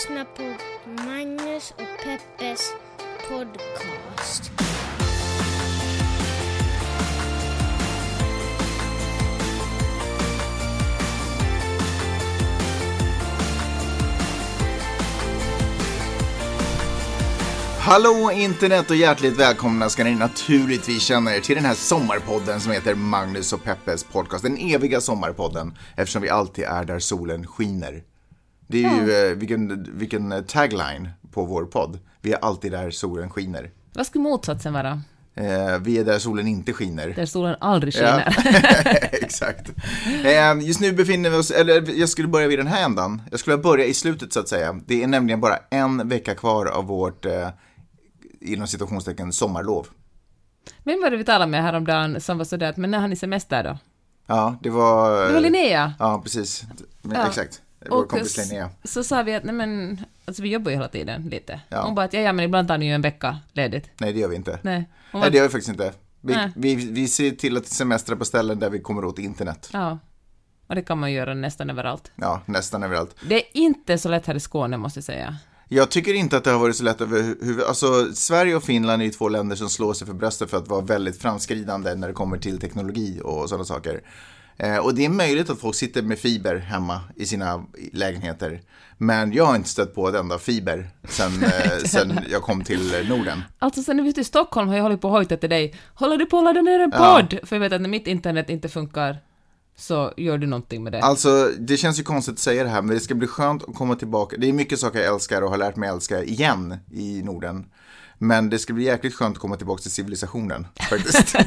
lyssnar på Magnus och Peppes podcast. Hallå internet och hjärtligt välkomna ska ni naturligtvis känna er till den här sommarpodden som heter Magnus och Peppes podcast. Den eviga sommarpodden, eftersom vi alltid är där solen skiner. Det är ju vilken tagline på vår podd. Vi är alltid där solen skiner. Vad skulle motsatsen vara? Vi är där solen inte skiner. Där solen aldrig skiner. Ja. Exakt. Just nu befinner vi oss, eller jag skulle börja vid den här ändan. Jag skulle börja i slutet så att säga. Det är nämligen bara en vecka kvar av vårt inom situationstecken sommarlov. Vem var det vi talade med häromdagen som var sådär, men när har ni semester då? Ja, det var Linnea. Ja, precis. Ja. Exakt. Vår kompis Linnea. Så sa vi att nej men, alltså vi jobbar ju hela tiden lite. Ja. Hon bara att ja men ibland tar ni ju en vecka ledigt. Nej, det gör vi inte. Nej, Nej, det gör vi faktiskt inte. Vi ser till att semestra på ställen där vi kommer åt internet. Ja, och det kan man göra nästan överallt. Ja, nästan överallt. Det är inte så lätt här i Skåne måste jag säga. Jag tycker inte att det har varit så lätt överhuvud. Alltså, Sverige och Finland är ju två länder som slår sig för bröstet för att vara väldigt framskridande när det kommer till teknologi och sådana saker. Och det är möjligt att folk sitter med fiber hemma i sina lägenheter. Men jag har inte stött på ett enda fiber sen jag kom till Norden. Alltså sen när vi är ute i Stockholm har jag hållit på att hojta till dig. Håller du på att ladda ner en podd? Ja. För jag vet att när mitt internet inte funkar så gör du någonting med det. Alltså, det känns ju konstigt att säga det här, men det ska bli skönt att komma tillbaka. Det är mycket saker jag älskar och har lärt mig älska igen i Norden. Men det ska bli jäkligt skönt att komma tillbaka till civilisationen, faktiskt.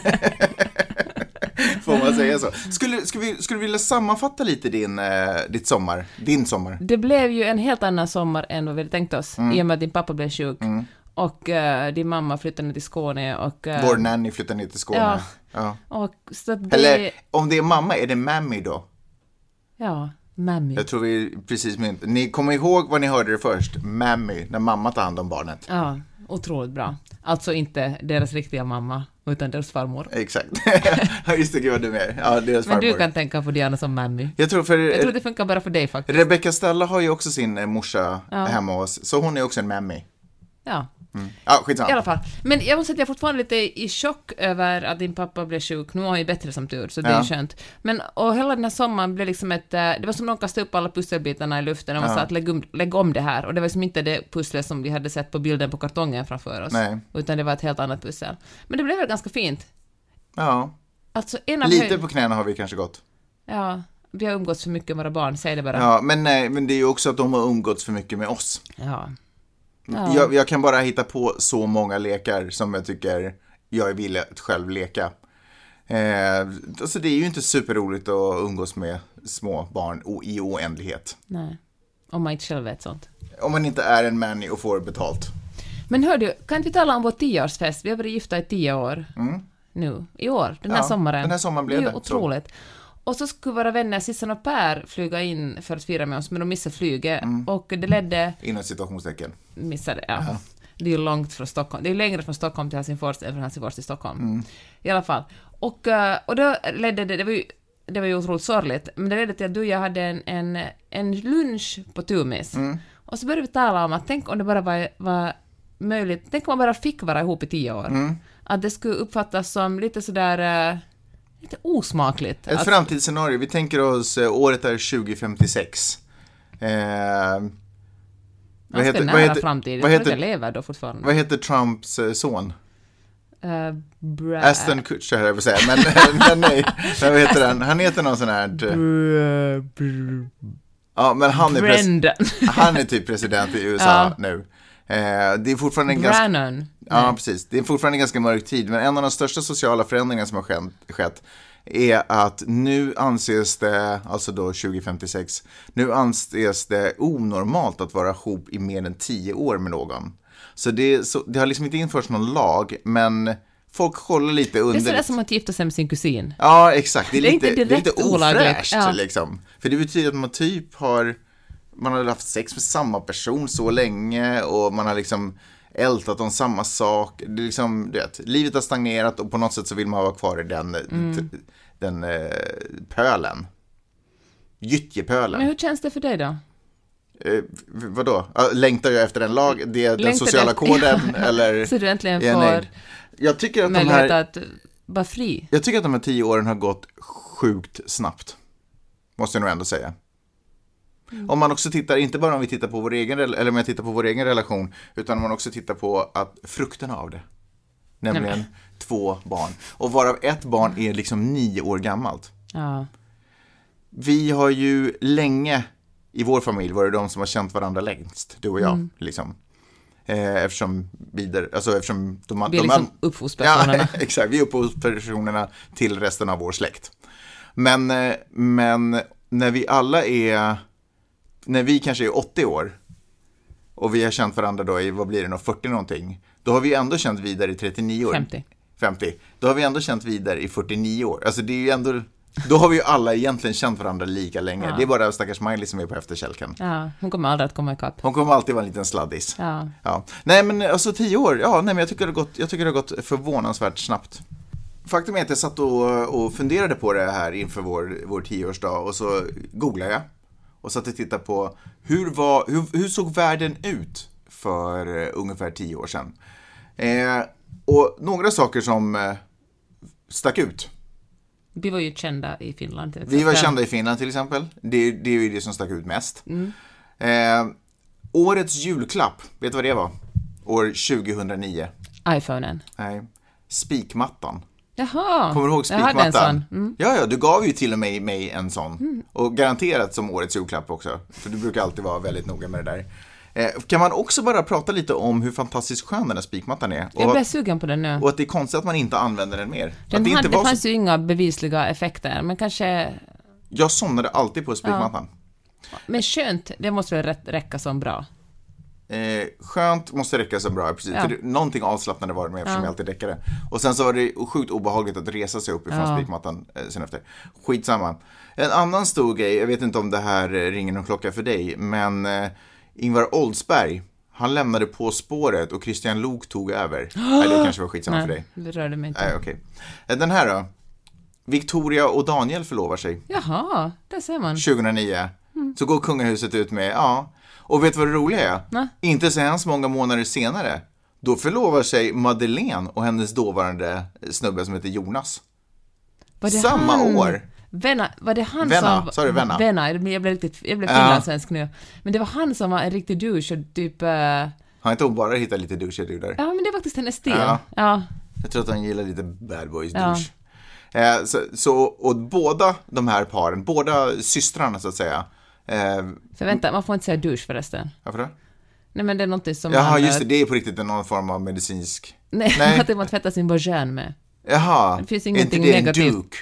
Får man säga så. Skulle du vilja sammanfatta lite din sommar? Det blev ju en helt annan sommar än vad vi hade tänkt oss. I och med att din pappa blev sjuk. Och din mamma flyttade ner till Skåne. Och, vår nanny flyttade ner till Skåne. Ja. Och så det... Eller om det är mamma, är det mammy då? Ja, mammy. Jag tror vi precis med. Ni kommer ihåg vad ni hörde det först. Mammy, när mamma tar hand om barnet. Ja, otroligt bra. Alltså inte deras riktiga mamma, utan deras farmor. Exakt. Just det, vad du är. Ja, deras farmor. Men du kan tänka på Diana som mammy. Jag tror det funkar bara för dig faktiskt. Rebecca Stella har ju också sin morsa hemma hos oss. Så hon är också en mammy. Ja. Ja, skitsamma. I alla fall. Men jag måste säga att jag är fortfarande lite i chock över att din pappa blev sjuk. Nu har han ju bättre som tur, så det är skönt. Men, och hela den här sommaren blev liksom det var som någon kastade upp alla pusselbitarna i luften och man sa att lägg om det här. Och det var som inte det pusslet som vi hade sett på bilden på kartongen framför oss. Nej. Utan det var ett helt annat pussel. Men det blev väl ganska fint. Ja. Alltså, lite på knäna har vi kanske gått. Ja, vi har umgåtts för mycket med våra barn, säg det bara. Ja, men nej, men det är ju också att de har umgåtts för mycket med oss. Ja. Jag kan bara hitta på så många lekar som jag tycker jag är villig att själv leka. Alltså det är ju inte superroligt att umgås med små barn i oändlighet. Nej, om man inte själv vet sånt. Om man inte är en man och får betalt. Men hör du, kan inte vi tala om vår 10-årsfest? Vi har varit gifta i 10 år nu, i år, den här sommaren. Den här sommaren blev det. Det är ju otroligt. Så. Och så skulle våra vänner Sissan och Per flyga in för att fira med oss, men de missade flyget. Och det ledde... Inom situationstecken. Missade, ja. Uh-huh. Det är ju långt från Stockholm. Det är längre från Stockholm till Helsingfors än från Helsingfors till Stockholm. I alla fall. Och då ledde det var ju otroligt sorgligt, men det ledde till att du och jag hade en lunch på Tumis. Och så började vi tala om att tänk om det bara var möjligt, tänk om man bara fick vara ihop i 10 år. Att det skulle uppfattas som lite sådär... lite osmakligt. Ett framtidsscenario. Vi tänker oss året är 2056. Vad heter Trumps son? Aston Kutcher höll jag på att säga. Men nej. Men vad heter den? Han heter någon sån här... Ja, men han är typ president i USA nu. Det är fortfarande en ganska... Ja, precis. Det är fortfarande en ganska mörk tid. Men en av de största sociala förändringarna som har skett är att nu anses det, alltså då 2056, nu anses det onormalt att vara ihop i mer än 10 år med någon. Så det har liksom inte införts någon lag, men folk håller lite under. Det är sådär som att gifta sig med sin kusin. Ja, exakt. Det är lite ofräscht, liksom. För det betyder att man typ man har haft sex med samma person så länge och man har liksom ältat om samma sak. Det är liksom, du vet, livet har stagnerat och på något sätt så vill man vara kvar i den pölen. Gyttjepölen. Men hur känns det för dig då? Vadå? Längtar jag efter den sociala koden? Eller så du äntligen får jag tycker att möjlighet att vara fri. Jag tycker att de här 10 åren har gått sjukt snabbt. Måste jag nog ändå säga. Om man också tittar, inte bara om vi tittar på om jag tittar på vår egen relation, utan om man också tittar på att frukterna av det. Nämligen 2 barn. Och varav ett barn är liksom 9 år gammalt. Ja. Vi har ju länge i vår familj varit de som har känt varandra längst, du och jag, liksom. Eftersom de vi är liksom upphovspersonerna. Ja, exakt, vi är upphovspersonerna till resten av vår släkt. Men när vi kanske är 80 år och vi har känt varandra då i, vad blir det, 40 någonting, då har vi ändå känt vidare i 39 år. 50. Då har vi ändå känt vidare i 49 år. Alltså det är ju ändå, då har vi ju alla egentligen känt varandra lika länge. Ja. Det är bara stackars Miley som är på efterkälken. Ja, hon kommer aldrig att komma ikapp. Hon kommer alltid vara en liten sladdis. Ja. Nej men alltså 10 år, men jag tycker det har gått förvånansvärt snabbt. Faktum är att jag satt och funderade på det här inför vår 10-årsdag och så googlade jag och satt och tittade på hur såg världen ut för ungefär 10 år sedan. Och några saker som stack ut. Vi var ju kända i Finland till exempel. Vi var kända i Finland till exempel. Det är ju det som stack ut mest. Årets julklapp, vet du vad det var? År 2009. iPhonen. Nej, spikmattan. Jaha. Kommer du ihåg spikmattan? Ja, du gav ju till och med mig en sån. Och garanterat som årets julklapp också. För du brukar alltid vara väldigt noga med det där. Kan man också bara prata lite om hur fantastiskt skön den här spikmattan är? Jag blir sugen på den nu. Och att det är konstigt att man inte använder den mer. Det fanns ju inga bevisliga effekter, men kanske... Jag somnade alltid på spikmattan. Ja. Men skönt, det måste väl räcka som bra. Skönt måste räcka som bra, precis. För någonting avslappnande var det med eftersom jag alltid däckade. Och sen så var det sjukt obehagligt att resa sig upp ifrån spikmattan sen efter. Skitsamma. En annan stor grej, jag vet inte om det här ringer någon klocka för dig, men Ingvar Oldsberg, han lämnade På spåret och Christian Lok tog över. Nej, det kanske var skitsamma för dig. Det rörde mig inte. Okay. Den här då? Victoria och Daniel förlovar sig. Jaha, det ser man. 2009. Så går kungahuset ut med, och vet du vad det roliga är? Nej. Inte så hemskt många månader senare, då förlovar sig Madeleine och hennes dåvarande snubbe som heter Jonas. Samma år. Var det han Venna, som... Sa du Venna? Venna, jag blev finlandssvensk nu. Men det var han som var en riktig douche och typ... Har inte hon bara hittat lite douche där? Ja, men det är faktiskt hennes stil. Ja. Jag tror att han gillar lite bad boys douche. Och båda de här paren, båda systrarna så att säga. För vänta, man får inte säga douche förresten. Varför då? Nej, men det är något som... Jaha, just det är på riktigt någon form av medicinsk... Nej. Att man tvättar sin vagin med. Jaha, det finns ingenting negativt. En duke?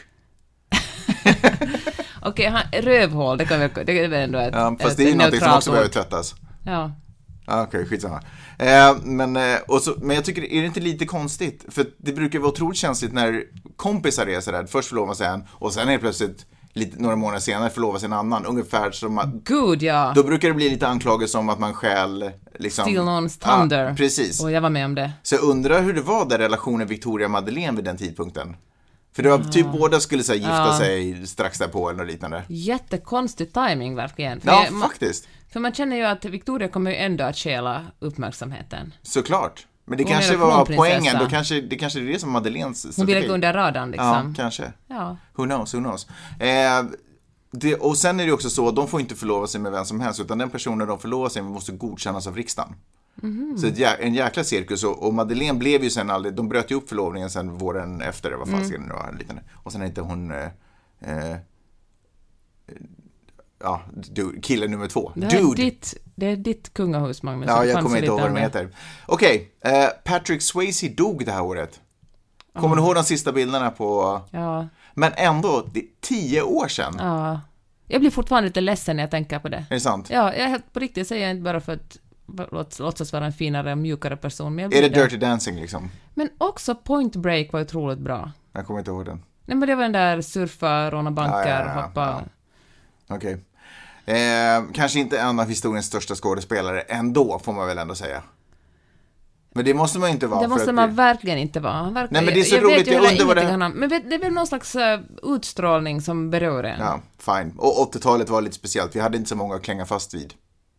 Okej, rövhål, det är väl ändå ett... Ja, fast det är ju något som också behöver tvättas. Ja. Okej, skitsamma. Men jag tycker, är det inte lite konstigt? För det brukar vara otroligt känsligt när kompisar är sådär. Först förlovar sig en och sen är plötsligt några månader senare förlovar sig en annan. Ungefär som att... Gud, ja. Då brukar det bli lite anklagelser om att man stjäl... Liksom, steal någons thunder. Ja, precis. Och jag var med om det. Så jag undrar hur det var där relationen Victoria och Madeleine vid den tidpunkten. För det var typ båda skulle så här, gifta sig strax därpå eller något liknande. Jättekonstig timing verkligen. Faktiskt. För man känner ju att Victoria kommer ju ändå att stjäla uppmärksamheten. Såklart. Men det kanske var poängen. Det kanske är det som Madeleines strategi. Hon ville gå under radarn liksom. Ja, kanske. Ja. Who knows. Och sen är det också så att de får inte förlova sig med vem som helst, utan den personen de förlovar sig med måste godkännas av riksdagen. Så en jäkla cirkus. Och Madeleine blev ju sen aldrig, de bröt ju upp förlovningen sen våren efter, vad fan ska det nu vara, liknande. Och sen är inte hon killen nummer 2. Det är ditt kungahus, Magnus. Ja, jag kommer inte ihåg vad de heter. Okej, Patrick Swayze dog det här året. Kommer du ihåg de sista bilderna på... Ja. Men ändå, det är 10 år sedan. Ja. Jag blir fortfarande lite ledsen när jag tänker på det. Är det sant? Ja, jag är helt på riktigt, säger jag inte bara för att låtsas vara en finare och mjukare person. Men är det Dirty Dancing liksom? Men också Point Break var otroligt bra. Jag kommer inte ihåg den. Nej, men det var den där surfa, råna banker, hoppa... Okej. Kanske inte en av historiens största skådespelare ändå, får man väl ändå säga. Men det måste man inte vara. Det måste man verkligen inte vara. Nej, men det är så roligt. Jag undrar vad det... Men det är väl någon slags utstrålning som berör en. Ja, fine. Och 80-talet var lite speciellt. Vi hade inte så många att klänga fast vid.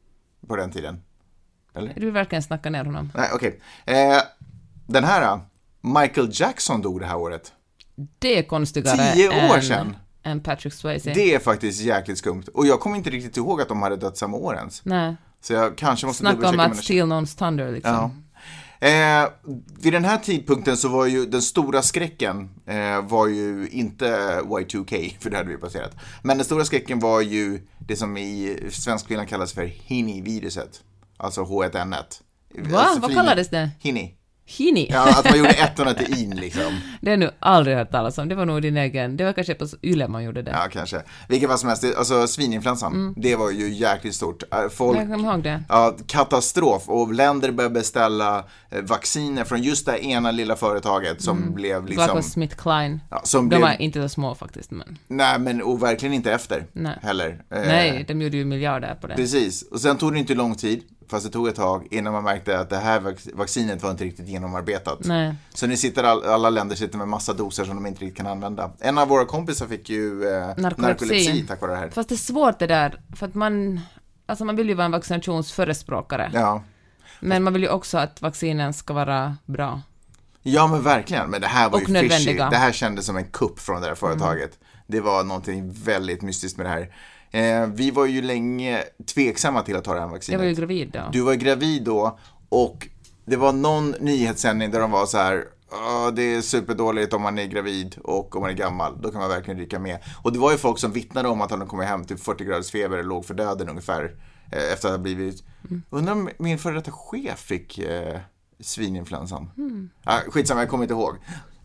på den tiden. Eller? Du vill verkligen snacka ner honom. Nej, okej. Den här, Michael Jackson dog det här året. Det är konstigare 10 år sedan. Än Patrick Swayze. Det är faktiskt jäkligt skumt. Och jag kommer inte riktigt ihåg att de hade dött samma år ens. Nej. Så jag kanske måste snacka om att steal någons thunder liksom. Ja. Vid den här tidpunkten så var ju den stora skräcken var ju inte Y2K, för det hade vi passerat. Men den stora skräcken var ju det som i svenskvillan kallas för Hini-viruset. Alltså H1N1. Va? Alltså, vad kallades det? Hini. Hini? Ja, att man gjorde ettorna till in liksom. Det har nu aldrig hört talas om. Det var nog din egen. Det var kanske på Yle man gjorde det. Ja, kanske. Vilket var som helst, alltså svininfluensan, det var ju jäkligt stort. Folk, jag kommer ihåg det. Ja, katastrof. Och länder började beställa vacciner från just det ena lilla företaget som blev liksom... GlaxoSmithKline. Ja, som de var inte så små faktiskt, men... Nej, men och verkligen inte efter heller. Nej, de gjorde ju miljarder på det. Precis. Och sen tog det inte lång tid, fast det tog ett tag innan man märkte att det här vaccinet var inte riktigt genomarbetat. Nej. Så ni sitter alla länder sitter med massa doser som de inte riktigt kan använda. En av våra kompisar fick ju narkolepsi tack vare det här. Fast det är svårt det där, för att man vill ju vara en vaccinationsförespråkare. Ja. Men man vill ju också att vaccinen ska vara bra. Ja, men verkligen. Men det här var och ju fishy. Det här kändes som en kupp från det där företaget. Det var någonting väldigt mystiskt med det här. Vi var ju länge tveksamma till att ta det här vaccinet. Jag var ju gravid då. Du var gravid då, och det var någon nyhetssändning där de var så här: det är superdåligt om man är gravid och om man är gammal, då kan man verkligen rycka med. Och det var ju folk som vittnade om att de kom hem till 40 graders feber och låg för döden ungefär efter att ha blivit... Undrar om min före detta chef fick svininfluensan. Skitsamma, jag kommer inte ihåg.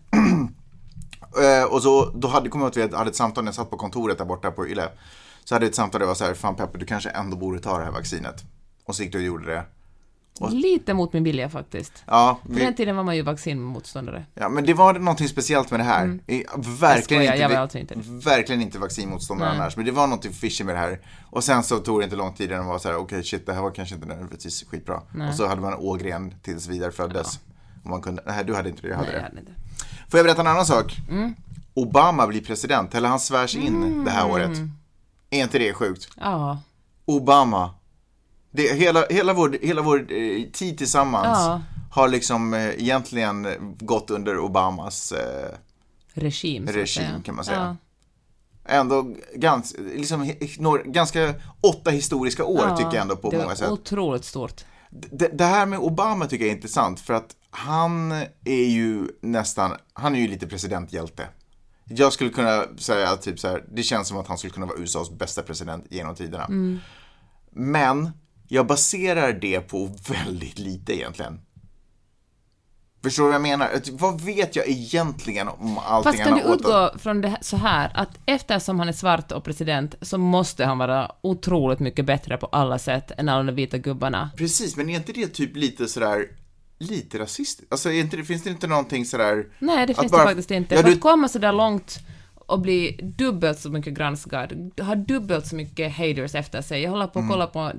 Och så då hade ett samtal när jag satt på kontoret där borta på Yle. Så hade ett samtal där var så här: fan Peppe, du kanske ändå borde ta det här vaccinet. Och så gick du och gjorde det. Och... Lite mot min vilja faktiskt. Ja, på den tiden var man ju vaccinmotståndare. Ja, men det var någonting speciellt med det här. Verkligen inte vaccinmotståndare annars. Men det var något fishy med det här. Och sen så tog det inte lång tid innan man var så här: okej, shit, det här var kanske inte nödvändigtvis skitbra. Nej. Och så hade man Ågren tills vidare föddes. Och man kunde... Nej, du hade inte det, jag hade det. Jag hade inte. Får jag berätta en annan sak? Obama blir president, eller han svärs in det här året. Är inte det sjukt? Ja. Obama. Det, hela vår tid tillsammans har liksom egentligen gått under Obamas regim kan man säga. Ändå ganska 8 historiska år tycker jag ändå på många sätt. Det är otroligt stort. Det här med Obama tycker jag är intressant, för att han är ju lite presidenthjälte. Jag skulle kunna säga typ så här, det känns som att han skulle kunna vara USAs bästa president genom tiderna. Men jag baserar det på väldigt lite egentligen. Förstår du vad jag menar? Vad vet jag egentligen om allting? Fast kan du utgå från det så här, att eftersom han är svart och president så måste han vara otroligt mycket bättre på alla sätt än alla de vita gubbarna. Precis, men är inte det typ lite sådär... lite rasistiskt? Alltså finns det inte någonting sådär... Nej, det finns det faktiskt inte. För att komma så där långt och bli dubbelt så mycket granskad, ha dubbelt så mycket haters efter sig. Jag håller på att kolla på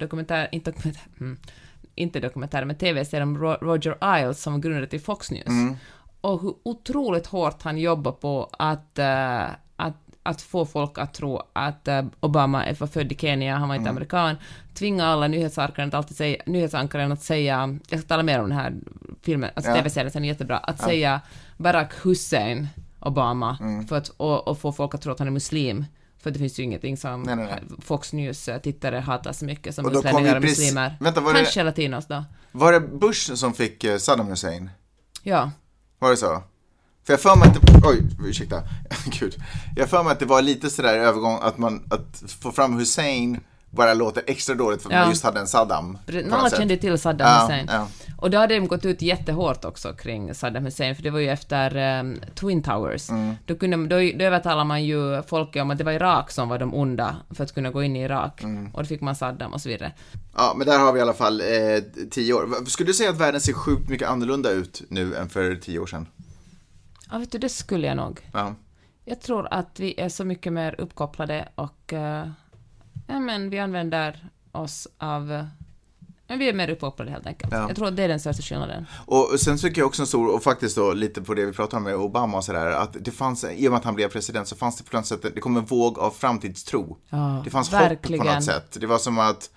inte dokumentär, men tv-serien om Roger Ailes som grundade till Fox News. Och hur otroligt hårt han jobbar på att få folk att tro att Obama är född i Kenya, han var inte amerikan, tvinga alla nyhetsankaren att säga, jag ska tala mer om den här filmen, alltså tv-serien är jättebra, att säga Barack Hussein Obama för att och få folk att tro att han är muslim. För det finns ju ingenting som Fox News-tittare hatar så mycket som utlänningar och muslimer. Kanske latinos då. Var det Bush som fick Saddam Hussein? Ja. Var det så? För jag för mig att oj, ursäkta. Gud. Jag för mig att det var lite sådär övergång att få fram Hussein bara låter extra dåligt för att man just hade en Saddam. Någon kände till Saddam Hussein. Ja. Och då hade de gått ut jättehårt också kring Saddam Hussein, för det var ju efter Twin Towers. Då övertalade man ju folk om att det var Irak som var de onda för att kunna gå in i Irak. Och då fick man Saddam och så vidare. Ja, men där har vi i alla fall 10 år. Skulle du säga att världen ser sjukt mycket annorlunda ut nu än för 10 år sedan? Ja, vet du, det skulle jag nog. Ja. Jag tror att vi är så mycket mer uppkopplade och men vi använder oss av... Men vi är mer uppkopplade helt enkelt. Ja. Jag tror att det är den största skillnaden. Och sen tycker jag också en stor, och faktiskt då lite på det vi pratade om med Obama och sådär, att det fanns, i och med att han blev president så fanns det på något sätt, det kom en våg av framtidstro. Ja, det fanns verkligen hopp på något sätt. Det var som att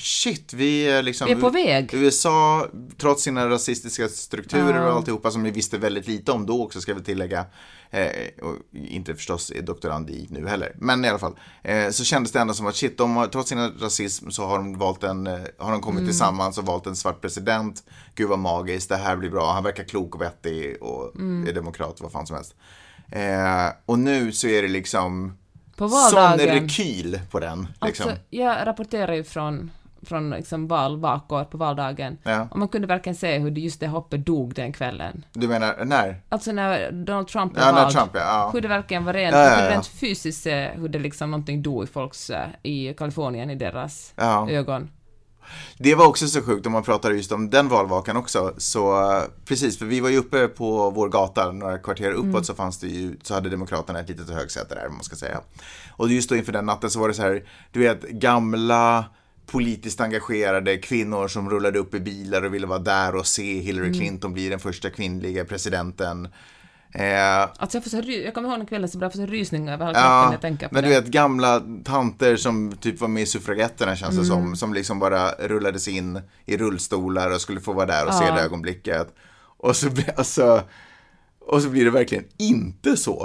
shit, vi är på väg. USA, trots sina rasistiska strukturer och alltihopa som vi visste väldigt lite om då också, ska vi tillägga. Och inte förstås är doktorand i nu heller. Men i alla fall, så kändes det ändå som att shit, trots sin rasism så har de kommit tillsammans och valt en svart president. Gud vad magiskt, det här blir bra. Han verkar klok och vettig och är demokrat, vad fan som helst. Och nu så är det liksom sån rekyl på den. Liksom. Alltså, jag rapporterar ju från liksom valvakor på valdagen. Ja. Och man kunde verkligen se hur just det hoppet dog den kvällen. Du menar när? Alltså när Donald Trump var vald. Hur det verkligen var rent. Man kunde rent fysiskt se hur det liksom någonting dog i folks, i Kalifornien, i deras ögon. Det var också så sjukt om man pratar just om den valvakan också. Så precis, för vi var ju uppe på vår gata, några kvarter uppåt så hade demokraterna ett litet högsäte där, man ska säga. Och just då inför den natten så var det så här, du vet, gamla politiskt engagerade kvinnor som rullade upp i bilar och ville vara där och se Hillary Clinton bli den första kvinnliga presidenten. Alltså jag kommer ihåg den kvällen så började jag få rysningar över hela kroppen när jag tänker på men det. Du vet, gamla tanter som typ var med i suffragetterna känns det som liksom bara rullades in i rullstolar och skulle få vara där och se det ögonblicket. Och så blir det verkligen inte så.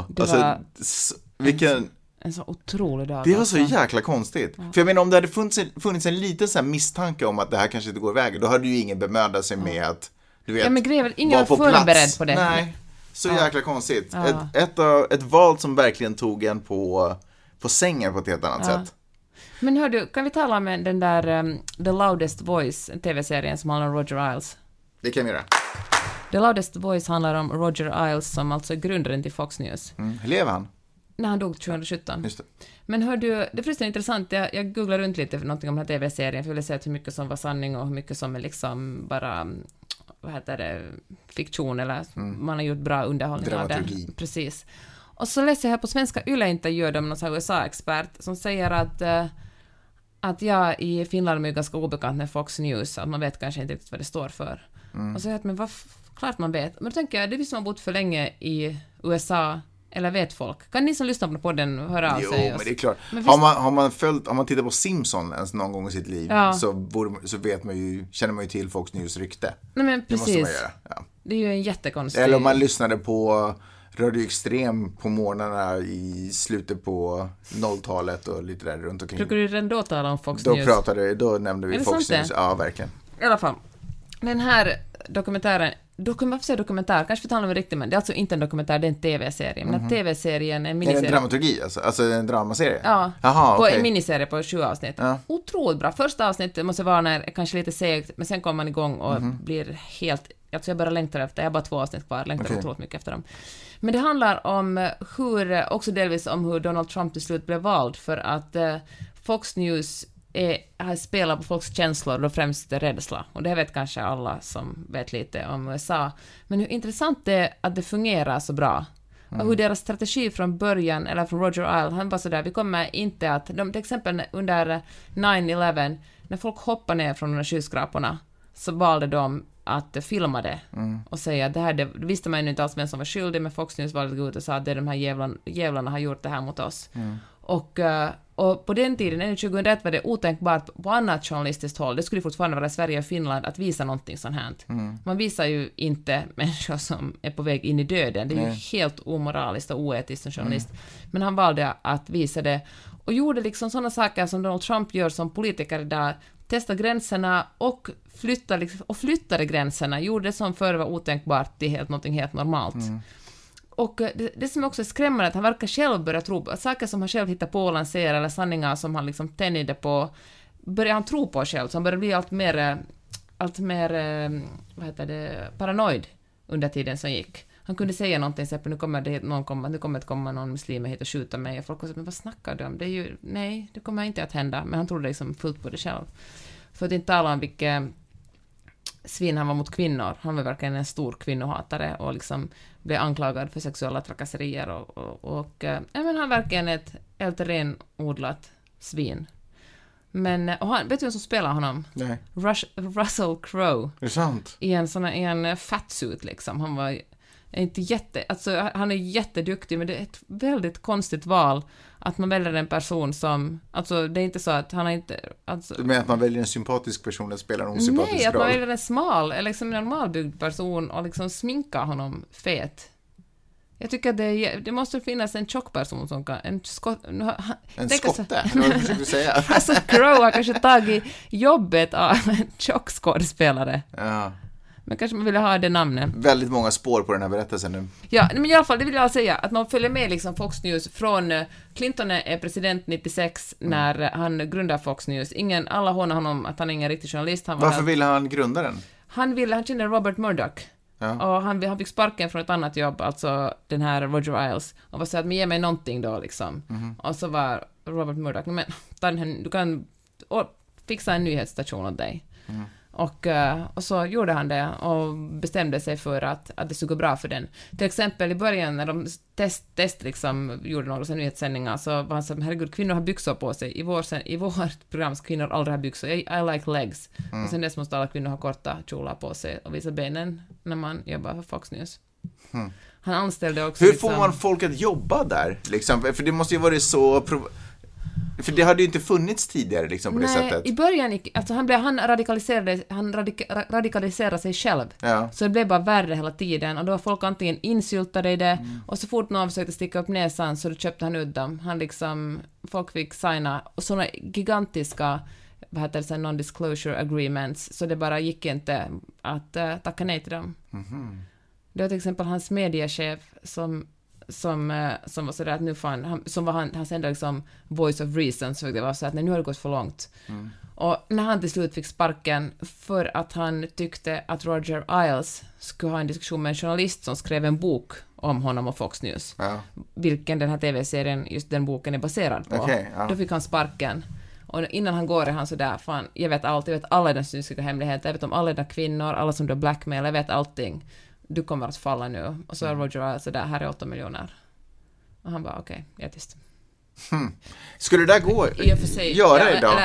En så otrolig dag. Det var så jäkla konstigt. Ja. För jag menar, om det hade funnits en liten så här misstanke om att det här kanske inte går iväg, då hade ju ingen bemödat sig med att, du vet, men greven, ingen var förberedd på det. Nej, så jäkla konstigt. Ett val som verkligen tog en på sängen på ett helt annat sätt. Men hör du, kan vi tala om den där The Loudest Voice, tv-serien som handlar om Roger Ailes? Det kan vi göra. The Loudest Voice handlar om Roger Ailes som alltså är grundaren till Fox News. Lever han? När han dog 2017. Just det. Men hör du, det är förresten intressant, jag googlar runt lite för någonting om den här tv-serien för jag ville se hur mycket som var sanning och hur mycket som är liksom bara, fiktion eller man har gjort bra underhållning av det. Precis. Och så läser jag här på svenska Yle-intervjuer med någon USA-expert som säger att jag i Finland är ganska obekant med Fox News, att man vet kanske inte riktigt vad det står för. Och så men klart man vet. Men då tänker jag, det är vi som har bott för länge i USA. Eller vet folk? Kan ni som lyssnar på podden höra av sig? Jo, men det är klart. Har man tittat på Simpson ens någon gång i sitt liv så vet man ju, känner man ju till Fox News rykte. Nej, men precis. Det måste man göra. Ja. Det är ju en jättekonstig... Eller om man lyssnade på Radio Extrem på morgnarna i slutet på 00-talet och lite där runt omkring. Brukar du redan då tala om Fox News? Då nämnde vi Fox News. Ja, verkligen. I alla fall. Den här dokumentären, dokumentär, kanske vi talar om riktigt, men det är alltså inte en dokumentär, det är en tv-serie. Men tv-serien är en miniserie. Är det en dramaturgi, alltså en dramaserie? Ja, Aha, en miniserie på 7 avsnitt. Ja. Otroligt bra. Första avsnittet måste vara när kanske lite segt, men sen kommer man igång och blir helt... Alltså jag bara längtar efter, jag har bara 2 avsnitt kvar, längtar otroligt mycket efter dem. Men det handlar om också delvis om hur Donald Trump till slut blev vald, för att Fox News har spelat på folks känslor och främst rädsla. Och det vet kanske alla som vet lite om USA. Men hur intressant det är att det fungerar så bra. Och hur deras strategi från början, eller från Roger Ailes, han var sådär, vi kommer inte att... till exempel under 9/11, när folk hoppade ner från de här skyskraporna, så valde de att filma det och säga att det visste man ju inte alls vem som var skyldig, men Fox News valde att gå ut och sa att det är de här jävlarna har gjort det här mot oss. Och på den tiden, 2001, var det otänkbart på annat journalistiskt håll. Det skulle fortfarande vara i Sverige och Finland att visa någonting sånt här. Man visar ju inte människor som är på väg in i döden. Det är ju helt omoraliskt och oetiskt som journalist. Men han valde att visa det och gjorde liksom sådana saker som Donald Trump gör som politiker idag. Testa gränserna och flyttade gränserna. Gjorde det som förr var otänkbart till någonting helt normalt. Och det som också är skrämmande är att han verkar själv börja tro på saker som han själv hittar på och lanserar, eller sanningar som han liksom tänjde på, börjar han tro på själv, så han börjar bli allt mer paranoid under tiden som gick. Han kunde säga någonting, så nu kommer att komma någon muslim hit och skjuta mig, och folk sa, men vad snackar du om? Nej, det kommer inte att hända, men han trodde liksom fullt på det själv. För att inte tala om vilket svin han var mot kvinnor. Han var verkligen en stor kvinnohatare och liksom blev anklagad för sexuella trakasserier och men han verkligen ett helt renodlat svin. Men vet du vem som spelar honom? Nej. Russell Crowe. Det är sant. I en fatsuit liksom. Han var är inte alltså han är jätteduktig, men det är ett väldigt konstigt val att man väljer en person som, alltså det är inte så att han har inte, alltså, du menar att man väljer en sympatisk person att spela en osympatisk roll? Nej, att man väljer en smal eller liksom en normalbyggd person och liksom sminkar honom fet. Jag tycker att det måste finnas en tjock person som kan... En skotte? Vad försöker du säga? Alltså, Crowe har kanske tagit jobbet av en tjock skådespelare. Ja. Men kanske man vill ha det namnet. Väldigt många spår på den här berättelsen nu. Ja, men i alla fall, det vill jag säga, att man följer med liksom Fox News från... Clinton är president 96 när han grundar Fox News. Alla hånar honom att han är ingen riktig journalist. Varför ville han grunda den? Han kände Robert Murdoch. Ja. Och han fick sparken från ett annat jobb, alltså den här Roger Ailes, och var så att, men ge mig någonting då liksom. Och så var Robert Murdoch, men ta den här, du kan fixa en nyhetsstation åt dig. Och så gjorde han det och bestämde sig för att det skulle gå bra för den. Till exempel i början när de test liksom gjorde några nyhetssändningar, så var han så, herregud, kvinnor har byxor på sig. I vårt program ska kvinnor aldrig ha byxor. I like legs. Och sen dess måste alla kvinnor ha korta kjolar på sig och visa benen när man jobbar för Fox News. Han anställde också... Hur får man folk att jobba där? Liksom? För det måste ju vara så... För det hade ju inte funnits tidigare liksom, på det sättet. I början, alltså han radikaliserade sig själv. Ja. Så det blev bara värre hela tiden. Och då var folk antingen insyltade i det, och så fort någon försökte sticka upp näsan så då köpte han ut dem. Folk fick signa sådana gigantiska non-disclosure agreements, så det bara gick inte att tacka nej till dem. Det var till exempel hans mediechef som var sådär att nu som var hans enda liksom voice of reason, så det var så att nu har det gått för långt. Och när han till slut fick sparken för att han tyckte att Roger Ailes skulle ha en diskussion med en journalist som skrev en bok om honom och Fox News, vilken den här tv-serien, just den boken är baserad på. Då fick han sparken. Och innan han går är han sådär, fan, jag vet allt, jag vet alla den synliga hemligheter, jag vet om alla de kvinnor, alla som du blackmail, jag vet allting. Du kommer att falla nu. Och så är Roger så där, här är 8 miljoner. Och han bara, okej, jag är tyst. Skulle det där gå göra idag?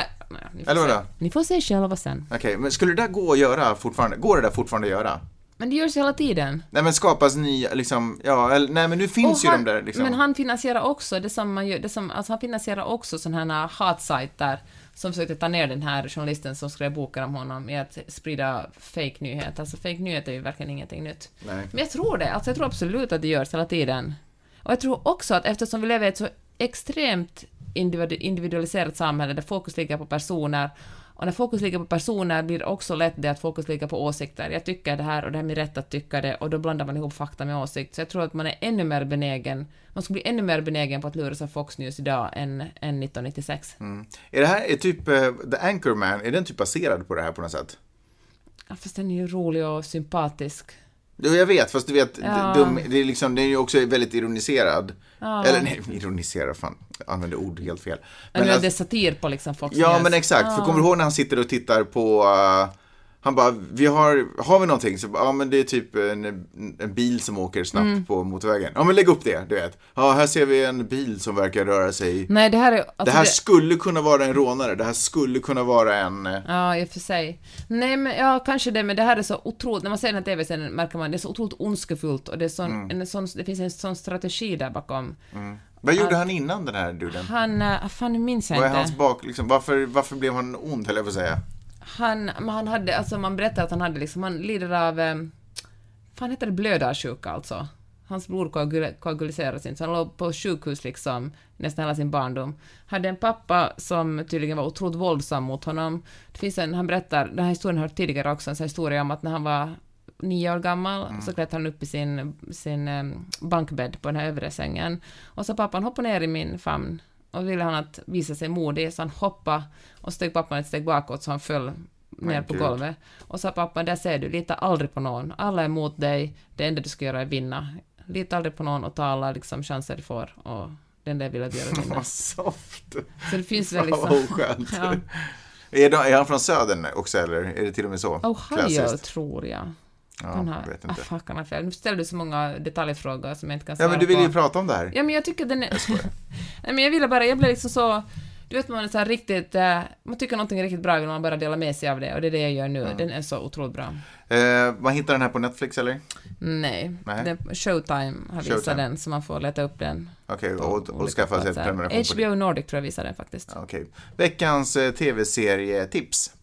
Ni får se själva sen. Okej, men skulle det där gå att göra fortfarande? Går det där fortfarande att göra? Men det görs hela tiden. Nej, men skapas nya, liksom, nej, men nu finns ju de där, liksom. Men han finansierar också han finansierar också sådana här hatsajter som försökte ta ner den här journalisten som skrev boken om honom i att sprida fake nyheter. Alltså fake nyheter är ju verkligen ingenting nytt. Nej. Men jag tror det. Alltså jag tror absolut att det görs hela tiden. Och jag tror också att eftersom vi lever i ett så extremt individualiserat samhälle där fokus ligger på personer, och när fokus ligger på personer blir det också lätt det att fokus ligger på åsikter. Jag tycker det här och det är min rätt att tycka det, och då blandar man ihop fakta med åsikt. Så jag tror att man skulle bli ännu mer benägen på att lura sig Fox News idag än 1996. Är det här typ The Anchorman, är den typ baserad på det här på något sätt? Ja, fast den är ju rolig och sympatisk. Jo, jag vet, fast du vet, det är liksom, det är ju också väldigt ironiserad. Eller nej, ironiserad, fan, använder ord helt fel. Men det är satir på liksom Fox News. Ja, men exakt, för kommer du ihåg när han sitter och tittar på... han bara, har vi någonting? Så, men det är typ en bil som åker snabbt på motorvägen. Ja, men lägg upp det, du vet. Ja, här ser vi en bil som verkar röra sig. Nej, det här är... Alltså det här skulle kunna vara en rånare. Det här skulle kunna vara en... Ja, i och för sig. Nej, men kanske det, men det här är så otroligt... När man ser den här tv-serien märker man det är så otroligt ondskefullt, och det är det finns en sån strategi där bakom. Vad gjorde han innan den här duden? Fan, minns jag inte. Vad är hans bak, liksom, varför blev han ond, eller jag får säga? Han hade, alltså man berättar att han hade liksom, han lider av, fan heter det, blödarsjuka alltså. Hans blod koaguliserades inte, så han låg på sjukhus liksom nästan hela sin barndom. Hade en pappa som tydligen var otroligt våldsam mot honom. Det finns han berättar, den här historien har hört tidigare också, en sån historia om att när han var 9 år gammal så klättrade han upp i sin bankbädd på den här övre sängen. Och så pappan hoppade ner i min famn. Och ville han att visa sig modig, så han hoppade och steg pappan ett steg bakåt, så han föll ner på golvet. Och sa pappan, där ser du, lita aldrig på någon. Alla är emot dig, det enda du ska göra är vinna. Lita aldrig på någon och ta alla liksom, chanser du får. Och den där vill jag göra vinna. Vad soft. Så det finns väl liksom... Skönt. Ja. Är han från södern också, eller är det till och med så? Ohio, tror jag. Ja, vet inte. Fuck, han har fel. Nu ställer du så många detaljfrågor som jag inte kan Ja, svara på. men du vill ju prata om det här. Ja, men jag tycker den är... Nej, men jag blev liksom så... Du vet, man är så här riktigt, man tycker någonting är riktigt bra vill man bara dela med sig av det, och det är det jag gör nu. Den är så otroligt bra. Man hittar den här på Netflix, eller? Nej. Showtime har visat den, så man får leta upp den. Okej, och skaffa sig ett prenumeration på det. HBO Nordic tror jag visar den faktiskt. Okej. Veckans tv-serie-tips.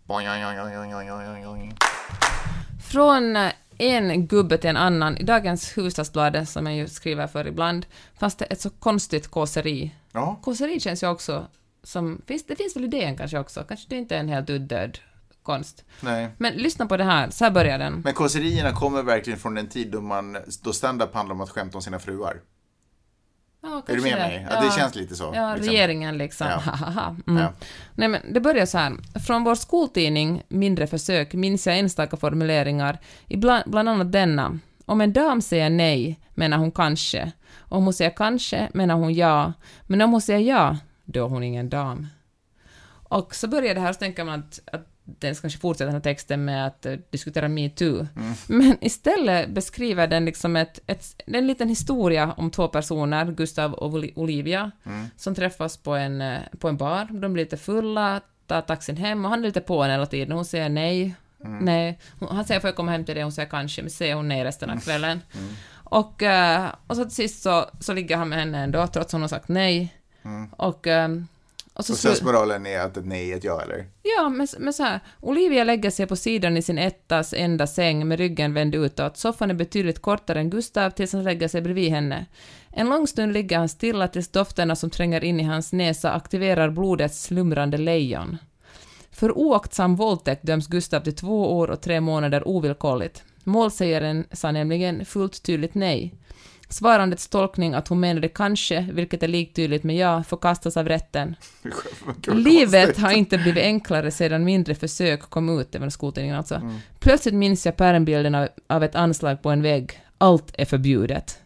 Från en gubbe till en annan. I dagens Hufvudstadsbladet, som jag ju skriver för ibland, fanns det ett så konstigt kåseri. Ja. Kåseri känns ju också som... Det finns väl idén kanske också. Kanske det inte är en helt uddöd konst. Nej. Men lyssna på det här. Så här börjar den. Men kåserierna kommer verkligen från en tid då stand-up handlar om att skämta om sina fruar. Ja, är du med mig? Ja, det känns lite så. Ja, liksom. Regeringen liksom. Ja. Ja. Nej, men det börjar så här. Från vår skoltidning Mindre försök minns jag enstaka formuleringar. Bland annat denna. Om en dam säger nej menar hon kanske. Om hon säger kanske menar hon ja. Men om hon säger ja, då är hon ingen dam. Och så börjar det här, så tänker man att den ska kanske fortsätta den här texten med att diskutera Me Too. Men istället beskriver den liksom en liten historia om två personer, Gustav och Olivia, som träffas på en bar. De blir lite fulla, tar taxin hem, och han är lite på henne hela tiden. Hon säger nej. Nej. Han säger, får jag komma hem till det? Hon säger kanske, men säger hon nej resten av kvällen. Och så till sist så ligger han med henne ändå, trots att hon har sagt nej. Och sen moralen är att ett nej är ett ja, eller? Ja, men så här. Olivia lägger sig på sidan i sin ettas enda säng med ryggen vänd utåt. Soffan är betydligt kortare än Gustav tills han lägger sig bredvid henne. En lång stund ligger han stilla tills dofterna som tränger in i hans näsa aktiverar blodets slumrande lejon. För oaktsam våldtäkt döms Gustav till 2 år och 3 månader ovillkorligt. Målsägaren sa nämligen fullt tydligt nej. Svarandets tolkning att hon menade kanske, vilket är liktydligt med ja, förkastas av rätten. Livet har inte blivit enklare sedan Mindre försök kom ut, det var skoltidningen alltså. Plötsligt minns jag pärmbilden av ett anslag på en vägg. Allt är förbjudet.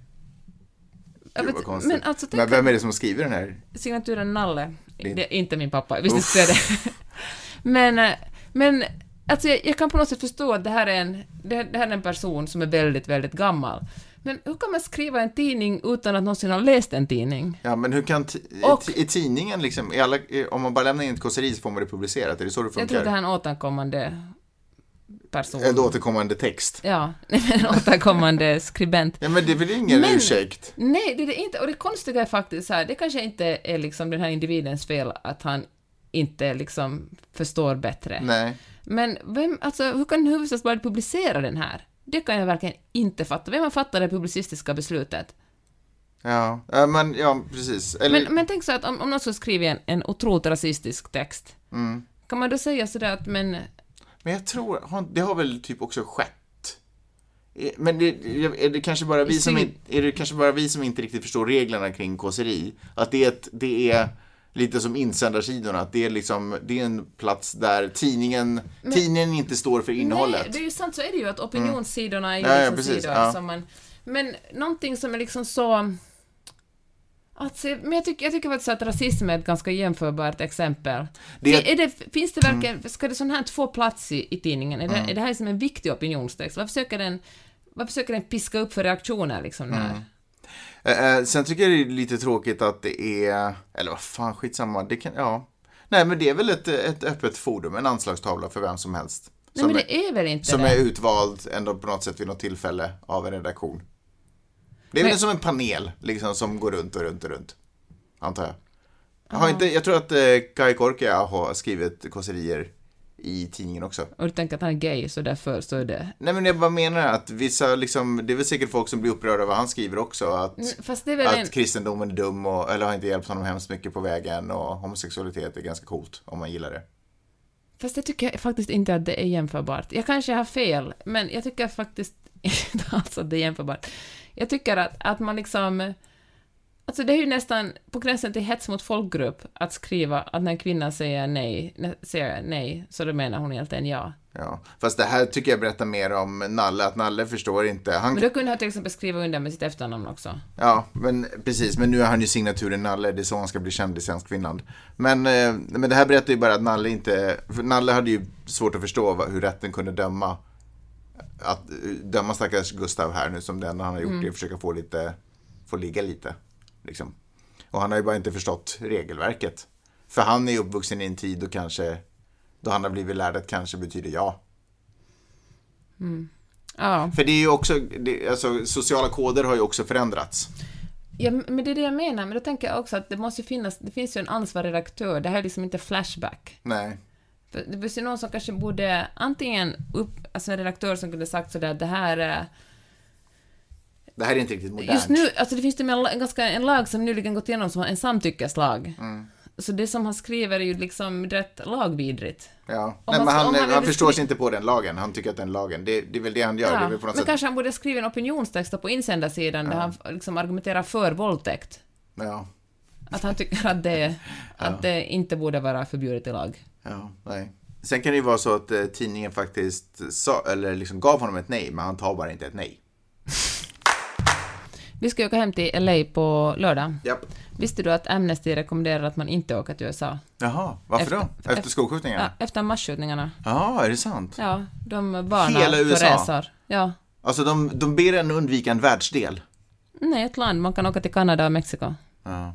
Men, alltså, men vem är det som skriver den här? Signaturen Nalle. Det är inte min pappa, visst inte det. Men alltså jag kan på något sätt förstå att det här är en person som är väldigt, väldigt gammal. Men hur kan man skriva en tidning utan att någonsin ha läst en tidning? Ja, men hur kan i tidningen liksom, om man bara lämnar in ett kåseri så får man det publicerat, är det så det funkar? Jag tror det här är en återkommande person. En återkommande text. Ja, en återkommande skribent. Ja, men det är väl ingen ursäkt? Nej, det är det inte. Och det konstiga är faktiskt så här, det kanske inte är liksom den här individens fel att han inte liksom förstår bättre. Nej. Men hur kan Hufvudstadsbladet publicera den här? Det kan jag verkligen inte fatta. Vem har fattat det publicistiska beslutet? Ja, precis. Eller... Men tänk så att om någon skulle skriva en otroligt rasistisk text, kan man då säga sådär att Men jag tror, det har väl typ också skett. Men är det kanske bara vi som inte riktigt förstår reglerna kring kåseri? Att det är lite som insändarsidorna, att det är en plats där tidningen inte står för innehållet. Nej, det är ju sant, så är det ju att opinionssidorna är ju liksom sidor som man... Men någonting som är liksom så... Men jag tycker faktiskt att rasism är ett ganska jämförbart exempel. Finns det verkligen... Ska det sån här få plats i tidningen? Är det här som en viktig opinionstext? Vad försöker den piska upp för reaktioner liksom här? Sen tycker jag det är lite tråkigt att det är... Eller vad fan, skitsamma. Det kan... Ja. Nej, men det är väl ett öppet forum, en anslagstavla för vem som helst. Nej, men det är väl inte som är utvald ändå på något sätt vid något tillfälle av en redaktion. Det är väl som en panel liksom, som går runt och runt, antar jag. Jag tror att Kai Korkia har skrivit kåserier i tidningen också. Och du tänker att han är gay, så därför så är det... Nej, men jag bara menar att vissa liksom, det är väl säkert folk som blir upprörda av vad han skriver också, att kristendomen är dum eller har inte hjälpt honom hemskt mycket på vägen, och homosexualitet är ganska coolt om man gillar det. Fast jag tycker faktiskt inte att det är jämförbart. Jag kanske har fel, men jag tycker faktiskt inte alls att det är jämförbart. Jag tycker att man liksom... Alltså det är ju nästan på gränsen till hets mot folkgrupp att skriva att när en kvinna säger nej, så då menar hon helt en ja. Ja, fast det här tycker jag berättar mer om Nalle, att Nalle förstår inte. Men då kunde han till exempel skriva under med sitt efternamn också. Ja, men precis, men nu är han ju signaturen Nalle, det är så han ska bli känd i svensk Finland. Men det här berättar ju bara att Nalle hade ju svårt att förstå hur rätten kunde döma stackars Gustav här nu, som den han har gjort det, försöka få ligga lite. Liksom. Och han har ju bara inte förstått regelverket. För han är uppvuxen i en tid då han har blivit lärd att kanske betyder ja. Ja. För det är ju också, alltså, sociala koder har ju också förändrats. Ja, men det är det jag menar. Men då tänker jag också att det finns ju en ansvarig redaktör. Det här är liksom inte Flashback. Nej. För det finns ju någon som kanske borde antingen alltså en redaktör som kunde sagt sådär, det här är inte riktigt modernt. Just nu, alltså det finns en lag som nyligen gått igenom som en samtyckeslag. Så det som han skriver är ju liksom rätt lagvidrigt. Ja, men han förstår sig inte på den lagen. Han tycker att den lagen, det är väl det han gör. Ja, det är väl på något men sätt... kanske han borde skriva en opinionstext på insändarsidan där han liksom argumenterar för våldtäkt. Ja. Att han tycker att det inte borde vara förbjudet i lag. Ja, nej. Sen kan det ju vara så att tidningen faktiskt liksom gav honom ett nej, men han tar bara inte ett nej. Vi ska åka hem till LA på lördag. Japp. Visste du att Amnesty rekommenderar att man inte åker till USA? Jaha, varför då? Efter skolskjutningarna? Ja, efter masskjutningarna. Ja, är det sant? Ja, de varnar hela USA? för resor. Ja. Alltså de ber en undvika en världsdel? Nej, ett land. Man kan åka till Kanada och Mexiko. Ja.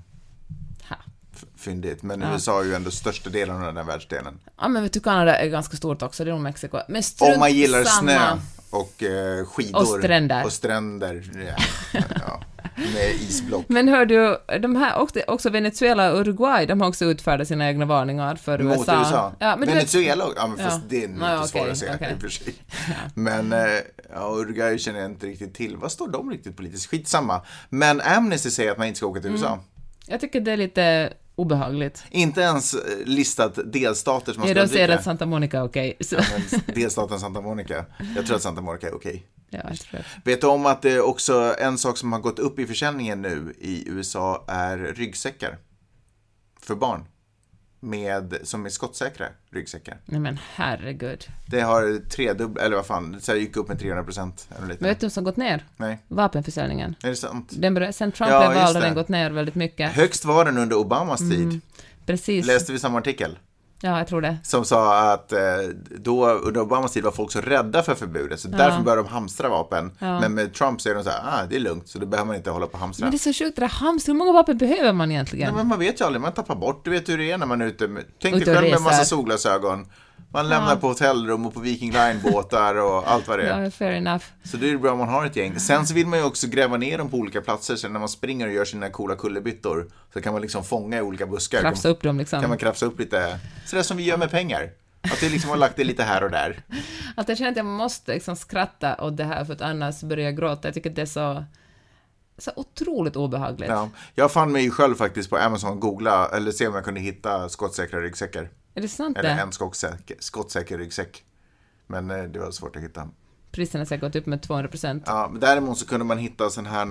Fyndigt, men USA är ju ändå största delen av den här världsdelen. Ja, men vet du, Kanada är ganska stort också, det är nog Mexiko. Men om man gillar snö och skidor. Och stränder. Ja, med isblock. Men hör du, de här också Venezuela och Uruguay, de har också utfärdat sina egna varningar för USA. Mot USA? Ja, men Venezuela, men fast det är inte svårt att säga okay. i och för sig. Men Uruguay känner jag inte riktigt till. Vad står de riktigt politiskt? Skitsamma. Men Amnesty säger att man inte ska åka till USA. Jag tycker det är lite obehagligt. Inte ens listat delstater som man ska undvika. Jag säger att Santa Monica är okej. Ja, delstaten Santa Monica. Jag tror att Santa Monica är okej. Ja, jag tror det. Vet du om att det är också en sak som har gått upp i försäljningen nu i USA är ryggsäckar för barn. Som är skottsäkra ryggsäckar. Nej men herregud. Det har eller vad fan, det gick upp med 300%. Men vet du som gått ner? Nej. Vapenförsäljningen. Är det sant? Sen Trump blev vald har den gått ner väldigt mycket. Högst var den under Obamas tid. Precis. Läste vi samma artikel? Ja, jag tror det. Som sa att då under Obamas tid var folk så rädda för förbudet. Så därför började de hamstra vapen. Ja. Men med Trump så är de så här, det är lugnt. Så då behöver man inte hålla på och hamstra. Men det är så sjukt, det hamstra. Hur många vapen behöver man egentligen? Nej, men man vet ju aldrig, man tappar bort. Du vet hur det är när man är ute. Tänk dig själv med en massa solglasögon. Man lämnar på hotellrum och på Viking Line-båtar och allt vad det är. Ja, fair enough. Så det är bra om man har ett gäng. Sen så vill man ju också gräva ner dem på olika platser. Så när man springer och gör sina coola kullerbyttor så kan man liksom fånga i olika buskar. Krafsa upp dem liksom. Kan man krafsa upp lite. Så det är som vi gör med pengar. Att det liksom har lagt det lite här och där. Att jag känner att jag måste liksom skratta åt det här för att annars börjar jag gråta. Jag tycker att det är så otroligt obehagligt. Ja, jag fann mig själv faktiskt på Amazon googla eller se om jag kunde hitta skottsäkra ryggsäckar. Är det sant eller det? En skottsäker ryggsäck. Men det var svårt att hitta. Priserna har gått upp med 200%. Ja, men däremot så kunde man hitta sån här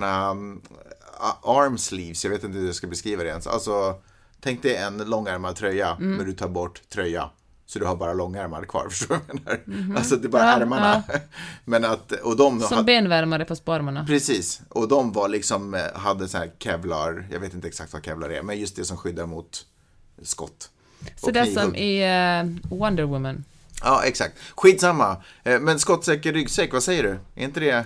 arm sleeves. Jag vet inte hur jag ska beskriva det ens. Alltså, tänk dig en långärmad tröja men du tar bort tröja. Så du har bara långärmar kvar, förstår du? Alltså det är bara ärmarna. Ja. Men och de som benvärmare på sparmarna. Precis. Och de var liksom, hade så här kevlar, jag vet inte exakt vad kevlar är, men just det som skyddar mot skott. Så det är som i Wonder Woman. Ja, exakt. Skitsamma. Men skottsäker ryggsäck, vad säger du? Är inte det?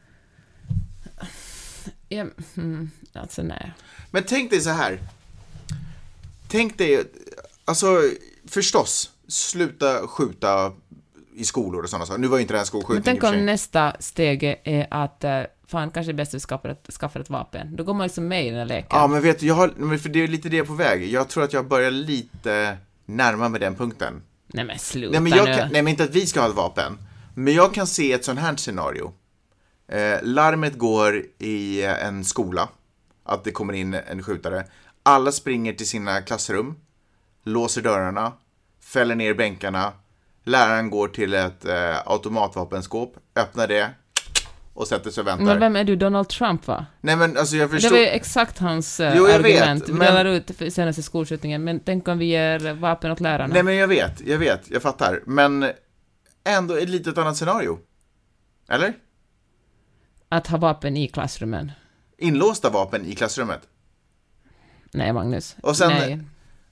Ja, alltså nej. Men tänk dig så här. Tänk dig, alltså förstås, sluta skjuta i skolor och sådana saker. Nu var ju inte det här skolskjutning. Men tänk om nästa steg är att kanske är bäst att skaffa ett vapen. Då går man liksom med i den här leken. Ja, men vet du, för det är lite det på väg. Jag tror att jag börjar lite närma med den punkten. Nej men sluta nej, men inte att vi ska ha ett vapen. Men jag kan se ett sånt här scenario. Larmet går i en skola. Att det kommer in en skjutare. Alla springer till sina klassrum. Låser dörrarna. Fäller ner bänkarna. Läraren går till ett automatvapenskåp. Öppnar det. Och sätter sig och väntar. Men vem är du? Donald Trump, va? Nej, men alltså jag förstår. Det var ju exakt hans argument. Vi delar ut för senaste skolskjutningen. Men tänk om vi ger vapen åt lärarna. Nej, men jag vet. Jag fattar. Men ändå ett litet annat scenario. Eller? Att ha vapen i klassrummen. Inlåsta vapen i klassrummet. Nej, Magnus. Och sen, nej.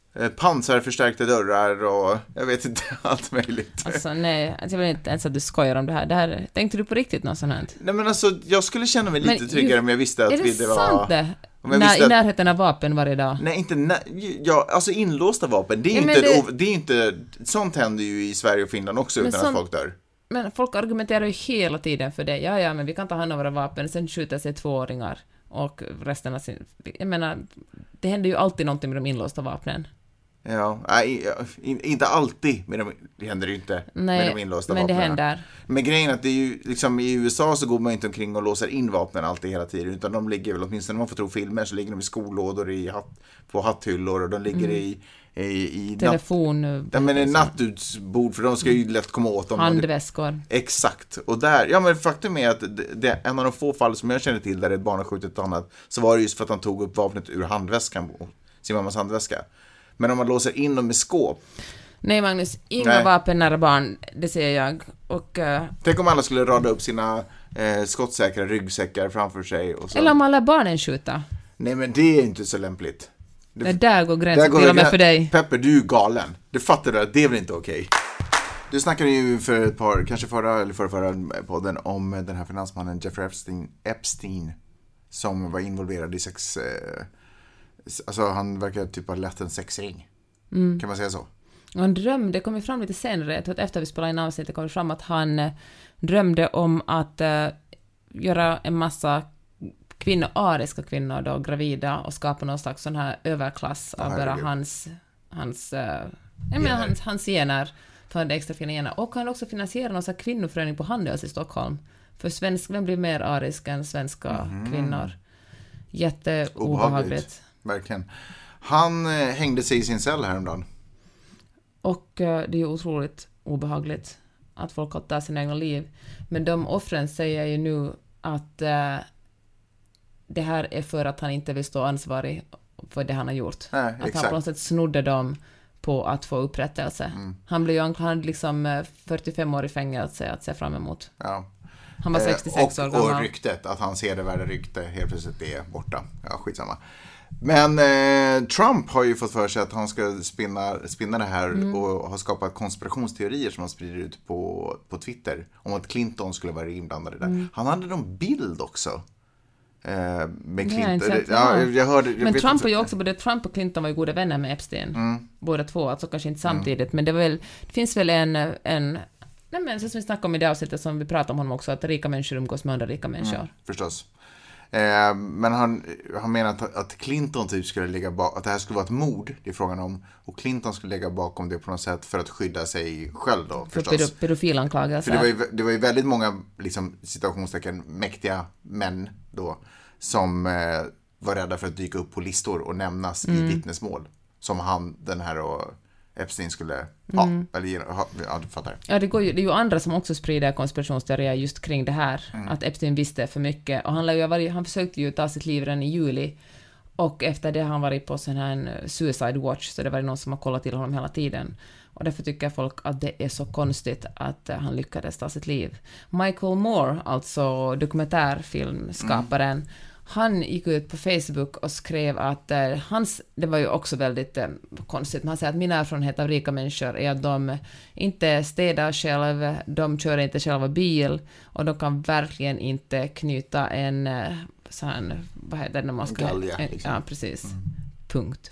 pansarförstärkta dörrar och jag vet inte, allt möjligt. Alltså nej, jag vill inte ens att du skojar om det här. Tänkte du på riktigt något sånt här? Nej men alltså, jag skulle känna mig lite tryggare om jag visste att det var... Är det sant det? I närheten av vapen varje dag? Nej, inte alltså inlåsta vapen, det är inte, sånt händer ju i Sverige och Finland också utan att folk dör. Men folk argumenterar ju hela tiden för det. Ja, men vi kan ta hand om våra vapen, sen skjuter sig 2-åringar och resten av sin... Jag menar, det händer ju alltid någonting med de inlåsta vapnen. Ja, inte alltid, men det händer ju inte med de inlåsta vapnen. Men det händer. Men grejen är att det är ju, liksom i USA så går man inte omkring och låser in vapnen alltid hela tiden, utan de ligger väl, åtminstone när man får tro filmer, så ligger de i skolådor, på hatthyllor, och de ligger i telefon. Nattduksbord, för de ska ju lätt komma åt dem. Handväskor. Exakt. Och där, ja men faktum är att det en av de få fall som jag känner till där ett barn har skjutit ett annat, så var det just för att han tog upp vapnet ur handväskan, sin mammas handväska. Men om man låser in dem med skåp. Nej Magnus, inga vapen nära barn, det säger jag. Och, tänk om alla skulle rada upp sina skottsäkra ryggsäckar framför sig. Och så. Eller om alla barnen skjuta. Nej men det är inte så lämpligt. Där går gränsen till och med för dig. Pepper, du är galen. Du fattar det, det är väl inte okej. Du snackade ju för ett par, kanske förra podden om den här finansmannen Jeffrey Epstein som var involverad i sex... Alltså han verkar typ ha lätt en sexring. Kan man säga så? Och han drömde, det kom ju fram lite senare, jag tror att efter vi spelade in avsnittet kom det fram att han drömde om att göra en massa ariska kvinnor då, gravida, och skapa någon slags sån här överklass av bara hans gener, för det extra fina gener. Och han också finansierar någon sån här kvinnoförening på Handels i Stockholm. För vem blir mer arisk än svenska kvinnor? Jätteobehagligt. Verkligen. Han hängde sig i sin cell häromdagen. Och det är ju otroligt obehagligt att folk har tagit sina egna liv. Men de offren säger ju nu att det här är för att han inte vill stå ansvarig för det han har gjort. Nej, att han på något sätt snodde dem på att få upprättelse. Han blev ju han liksom 45 år i fängelse att se fram emot. Ja. Han var 66 år gammal. Och ryktet, att han ser det värda rykte helt plötsligt är borta. Ja, skitsamma. Men Trump har ju fått för sig att han ska spinna det här och har skapat konspirationsteorier som han sprider ut på Twitter om att Clinton skulle vara inblandad i det. Han hade någon bild också med Clinton. Jag hörde, men Trump var ju också, både Trump och Clinton var ju goda vänner med Epstein. Båda två, alltså kanske inte samtidigt, men det finns väl en nej men så som vi snackade om i det avsnittet som vi pratade om honom också, att rika människor umgås med andra rika människor. Förstås. Men han menar att Clinton typ skulle lägga att det här skulle vara ett mord, det är frågan om, och Clinton skulle lägga bakom det på något sätt för att skydda sig själv då, förstås. För pedofilanklagelser. För det var ju väldigt många liksom, situationstecken mäktiga män då som var rädda för att dyka upp på listor och nämnas i vittnesmål som den här och Epstein skulle ha, eller du fattar. Ja, det är ju andra som också sprider konspirationsteorier just kring det här, att Epstein visste för mycket, och han försökte ju ta sitt liv redan i juli, och efter det har han varit på sån här suicide watch, så det var någon som har kollat till honom hela tiden, och därför tycker folk att det är så konstigt att han lyckades ta sitt liv. Michael Moore, alltså dokumentärfilmskaparen, han gick ut på Facebook och skrev att det var ju också väldigt konstigt, men han säger att min erfarenhet av rika människor är att de inte städar själv, de kör inte själva bil, och de kan verkligen inte knyta en sån, vad heter det när man ska... Galja, liksom. Ja, precis. Punkt.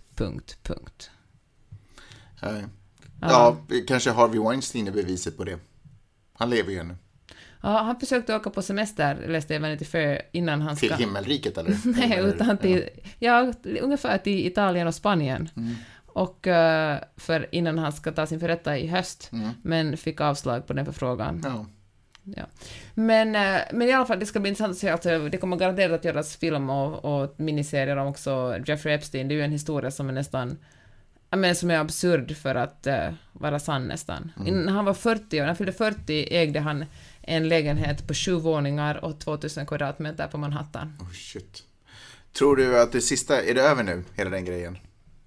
Ja, kanske Harvey Weinstein är beviset på det. Han lever ju ännu. Ja, han försökte åka på semester, läste jag väl för innan han ska... Till himmelriket eller? Nej, utan till... Ja, ungefär till Italien och Spanien. Och för innan han ska ta sin förrätta i höst. Men fick avslag på den förfrågan. Ja. Men i alla fall, det ska bli intressant att se att det kommer garanterat att göras film och miniserier om också Jeffrey Epstein. Det är ju en historia som är nästan... som är absurd för att vara sann nästan. När han var 40 och när han fyllde 40 ägde han en lägenhet på 7 våningar och 2000 kvadratmeter på Manhattan. Oh shit. Tror du att det sista, är det över nu, hela den grejen?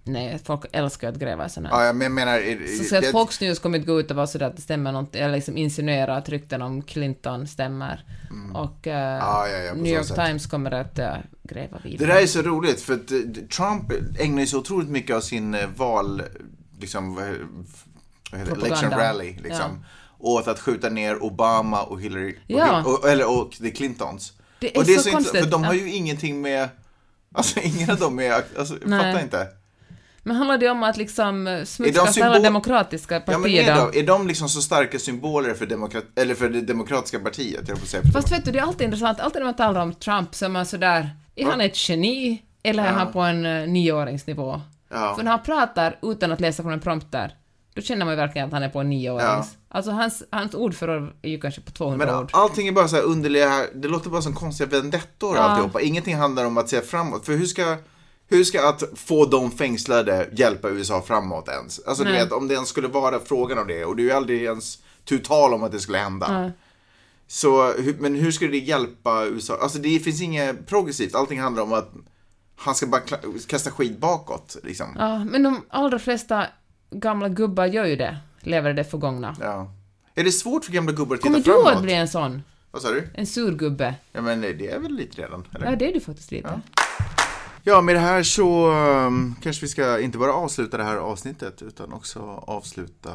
Nej, folk älskar att gräva i såna. Ja, men jag menar... Så att Fox News kommer inte gå ut och vara sådär att det stämmer något, eller liksom insinuera att rykten om Clinton stämmer. Och New York Times kommer att gräva vidare. Det där är så roligt, för att Trump ägnar så otroligt mycket av sin val, liksom, vad heter det? Election rally, liksom, åt att skjuta ner Obama och Hillary, och the Clintons. Det är så konstigt. För de har ju ingenting med... Alltså, ingen av dem är... Alltså, fattar inte. Men handlar det om att liksom smutskasta alla demokratiska partier? Ja, men är de liksom så starka symboler för det demokratiska partiet? Jag får säga fast vet du, det är alltid intressant. Alltid när man talar om Trump så är man sådär, är han ett geni eller är han på en 9-åringsnivå? Ja. För när han pratar utan att läsa från en prompter, då känner man ju verkligen att han är på en 9-årings. Ja. Alltså hans ordförråd är ju kanske på 200 ord. Allting är bara så här underliga, det låter bara som konstiga vendettor alltihopa. Ingenting handlar om att se framåt. För hur ska att få de fängslade hjälpa USA framåt ens? Alltså du vet, om det ens skulle vara frågan om det, och det är ju aldrig ens tal om att det skulle hända. Så, men hur skulle det hjälpa USA? Alltså det finns inget progressivt, allting handlar om att han ska bara kasta skit bakåt liksom. Ja, men de allra flesta gamla gubbar gör ju det. Lever det förgångna. Ja. Är det svårt för gamla gubbar att titta framåt? Kommer du att bli en sån? Vad sa du? En surgubbe. Ja, men det är väl lite redan, eller? Ja, det är du faktiskt lite. Ja, med det här så kanske vi ska inte bara avsluta det här avsnittet utan också avsluta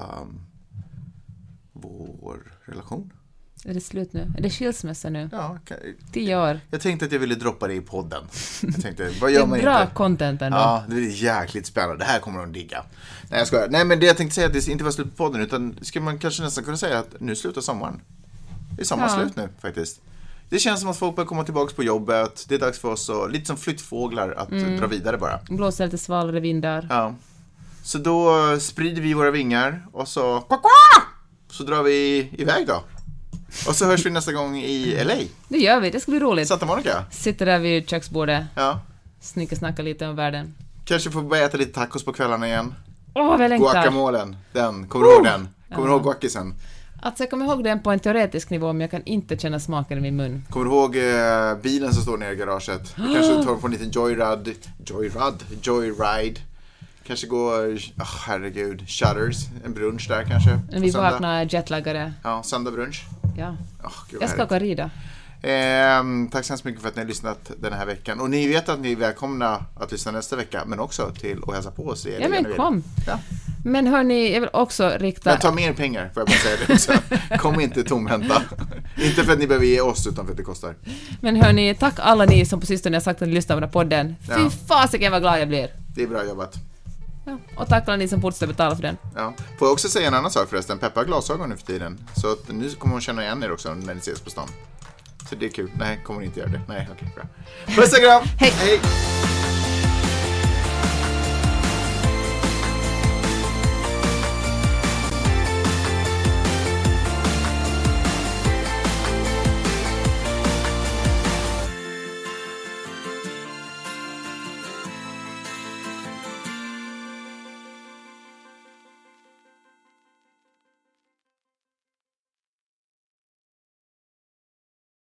vår relation. Är det slut nu? Är det skilsmässa nu? Ja. 10 år. Jag tänkte att jag ville droppa det i podden. Jag tänkte, vad gör man inte? Det är bra content ändå. Ja, det är jäkligt spännande. Det här kommer de digga. Nej, jag skojar. Nej, men det jag tänkte säga att det inte var slut på podden, utan ska man kanske nästan kunna säga att nu slutar sommaren. Det är sommarslut nu faktiskt. Det känns som att folk börjar komma tillbaka på jobbet. Det är dags för oss, och lite som flyttfåglar, att dra vidare bara. Blåser lite svalare vindar. Ja. Så då sprider vi våra vingar och så drar vi iväg då. Och så hörs vi nästa gång i LA. Det gör vi, det ska bli roligt. Santa Monica. Sitter där vid köksbordet. Ja. Snacka lite om världen. Kanske får börja äta lite tacos på kvällarna igen. Vad längtar. Guacamolen, kommer du ihåg den? Kommer du ihåg guacisen? Alltså jag kommer ihåg den på en teoretisk nivå, men jag kan inte känna smaken i min mun. Kommer du ihåg bilen som står nere i garaget? Du kanske tar på en liten joyride. Kanske går, herregud, Shutters, en brunch där kanske. Vi vaknar jetlaggare. Ja, söndag brunch. Ja, jag ska åka rida. Tack så hemskt mycket för att ni har lyssnat den här veckan. Och ni vet att ni är välkomna att lyssna nästa vecka, men också till att hälsa på oss. Ja, men kom. Ja. Men hörni, jag vill också rikta... Men ta mer pengar, får jag bara säga det också. Kom inte tomhänta. Inte för att ni behöver ge oss, utan för att det kostar. Men hörni, tack alla ni som på sistone har sagt att ni lyssnar på den här podden. Fy fasiken vad glad jag blir. Det är bra jobbat. Ja, och tack alla ni som fortsätter betala för den. Ja. Får jag också säga en annan sak förresten. Peppa har glasögon nu för tiden. Så att nu kommer hon känna igen er också när ni ses på stan. Så det är kul. Nej, kommer hon inte göra det. Nej, okej, bra. Puss och kram! Hej!